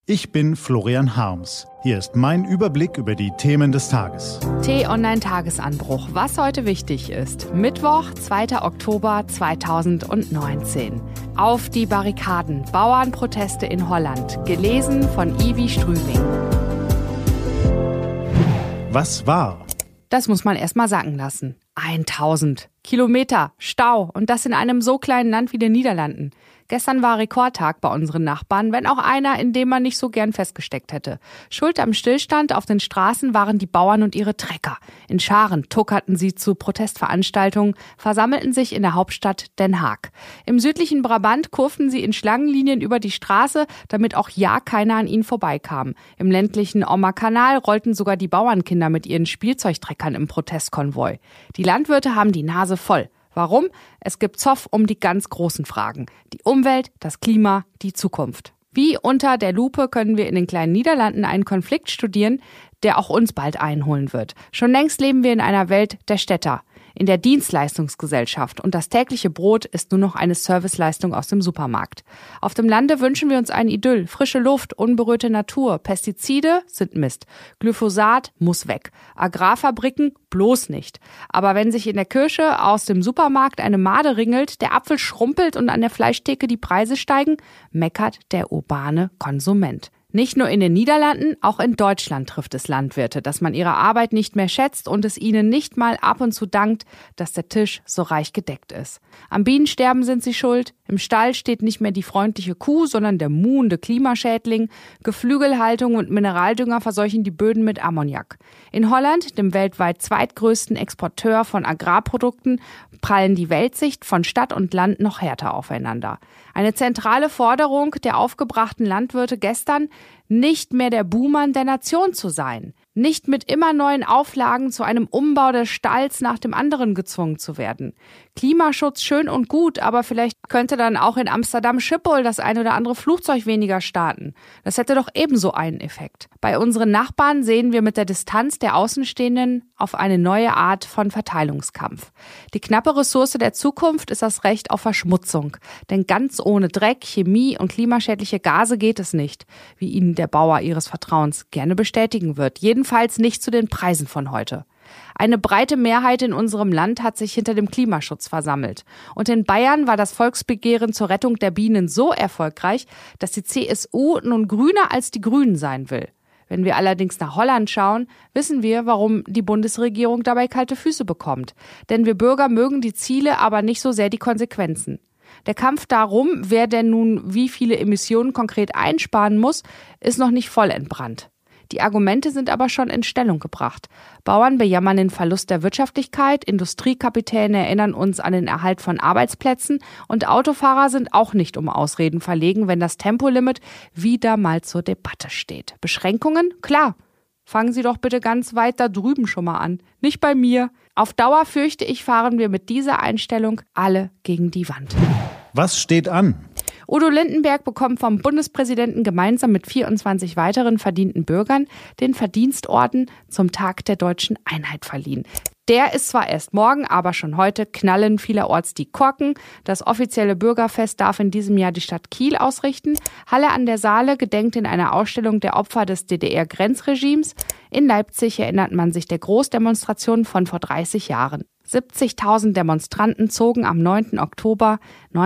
Ich bin Florian Harms. Hier ist mein Überblick über die Themen des Tages. T-Online-Tagesanbruch, was heute wichtig ist. Mittwoch, 2. Oktober 2019. Auf die Barrikaden, Bauernproteste in Holland. Gelesen von Ivi Strüving. Was war? Das muss man erst mal sacken lassen. 1000 Kilometer Stau und das in einem so kleinen Land wie den Niederlanden. Gestern war Rekordtag bei unseren Nachbarn, wenn auch einer, in dem man nicht so gern festgesteckt hätte. Schuld am Stillstand auf den Straßen waren die Bauern und ihre Trecker. In Scharen tuckerten sie zu Protestveranstaltungen, versammelten sich in der Hauptstadt Den Haag. Im südlichen Brabant kurften sie in Schlangenlinien über die Straße, damit auch ja keiner an ihnen vorbeikam. Im ländlichen Ommer-Kanal rollten sogar die Bauernkinder mit ihren Spielzeugtreckern im Protestkonvoi. Die Landwirte haben die Nase voll. Warum? Es gibt Zoff um die ganz großen Fragen. Die Umwelt, das Klima, die Zukunft. Wie unter der Lupe können wir in den kleinen Niederlanden einen Konflikt studieren, der auch uns bald einholen wird. Schon längst leben wir in einer Welt der Städter, in der Dienstleistungsgesellschaft und das tägliche Brot ist nur noch eine Serviceleistung aus dem Supermarkt. Auf dem Lande wünschen wir uns ein Idyll, frische Luft, unberührte Natur. Pestizide sind Mist. Glyphosat muss weg. Agrarfabriken bloß nicht. Aber wenn sich in der Kirche aus dem Supermarkt eine Made ringelt, der Apfel schrumpelt und an der Fleischtheke die Preise steigen, meckert der urbane Konsument. Nicht nur in den Niederlanden, auch in Deutschland trifft es Landwirte, dass man ihre Arbeit nicht mehr schätzt und es ihnen nicht mal ab und zu dankt, dass der Tisch so reich gedeckt ist. Am Bienensterben sind sie schuld, im Stall steht nicht mehr die freundliche Kuh, sondern der muhende Klimaschädling, Geflügelhaltung und Mineraldünger verseuchen die Böden mit Ammoniak. In Holland, dem weltweit zweitgrößten Exporteur von Agrarprodukten, prallen die Weltsicht von Stadt und Land noch härter aufeinander. Eine zentrale Forderung der aufgebrachten Landwirte gestern, nicht mehr der Buhmann der Nation zu sein. Nicht mit immer neuen Auflagen zu einem Umbau des Stalls nach dem anderen gezwungen zu werden. Klimaschutz schön und gut, aber vielleicht könnte dann auch in Amsterdam Schiphol das ein oder andere Flugzeug weniger starten. Das hätte doch ebenso einen Effekt. Bei unseren Nachbarn sehen wir mit der Distanz der Außenstehenden auf eine neue Art von Verteilungskampf. Die knappe Ressource der Zukunft ist das Recht auf Verschmutzung. Denn ganz ohne Dreck, Chemie und klimaschädliche Gase geht es nicht, wie Ihnen der Bauer Ihres Vertrauens gerne bestätigen wird. Jedenfalls nicht zu den Preisen von heute. Eine breite Mehrheit in unserem Land hat sich hinter dem Klimaschutz versammelt. Und in Bayern war das Volksbegehren zur Rettung der Bienen so erfolgreich, dass die CSU nun grüner als die Grünen sein will. Wenn wir allerdings nach Holland schauen, wissen wir, warum die Bundesregierung dabei kalte Füße bekommt. Denn wir Bürger mögen die Ziele, aber nicht so sehr die Konsequenzen. Der Kampf darum, wer denn nun wie viele Emissionen konkret einsparen muss, ist noch nicht voll entbrannt. Die Argumente sind aber schon in Stellung gebracht. Bauern bejammern den Verlust der Wirtschaftlichkeit, Industriekapitäne erinnern uns an den Erhalt von Arbeitsplätzen und Autofahrer sind auch nicht um Ausreden verlegen, wenn das Tempolimit wieder mal zur Debatte steht. Beschränkungen? Klar. Fangen Sie doch bitte ganz weit da drüben schon mal an. Nicht bei mir. Auf Dauer, fürchte ich, fahren wir mit dieser Einstellung alle gegen die Wand. Was steht an? Udo Lindenberg bekommt vom Bundespräsidenten gemeinsam mit 24 weiteren verdienten Bürgern den Verdienstorden zum Tag der Deutschen Einheit verliehen. Der ist zwar erst morgen, aber schon heute knallen vielerorts die Korken. Das offizielle Bürgerfest darf in diesem Jahr die Stadt Kiel ausrichten. Halle an der Saale gedenkt in einer Ausstellung der Opfer des DDR-Grenzregimes. In Leipzig erinnert man sich der Großdemonstration von vor 30 Jahren. 70.000 Demonstranten zogen am 9. Oktober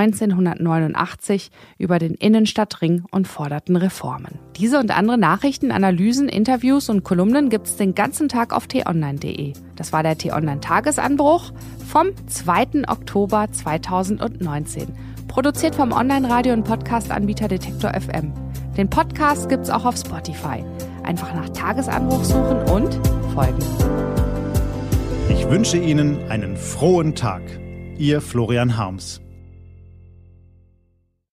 1989 über den Innenstadtring und forderten Reformen. Diese und andere Nachrichten, Analysen, Interviews und Kolumnen gibt's den ganzen Tag auf t-online.de. Das war der T-Online-Tagesanbruch vom 2. Oktober 2019. Produziert vom Online-Radio- und Podcast-Anbieter Detektor FM. Den Podcast gibt's auch auf Spotify. Einfach nach Tagesanbruch suchen und folgen. Ich wünsche Ihnen einen frohen Tag. Ihr Florian Harms.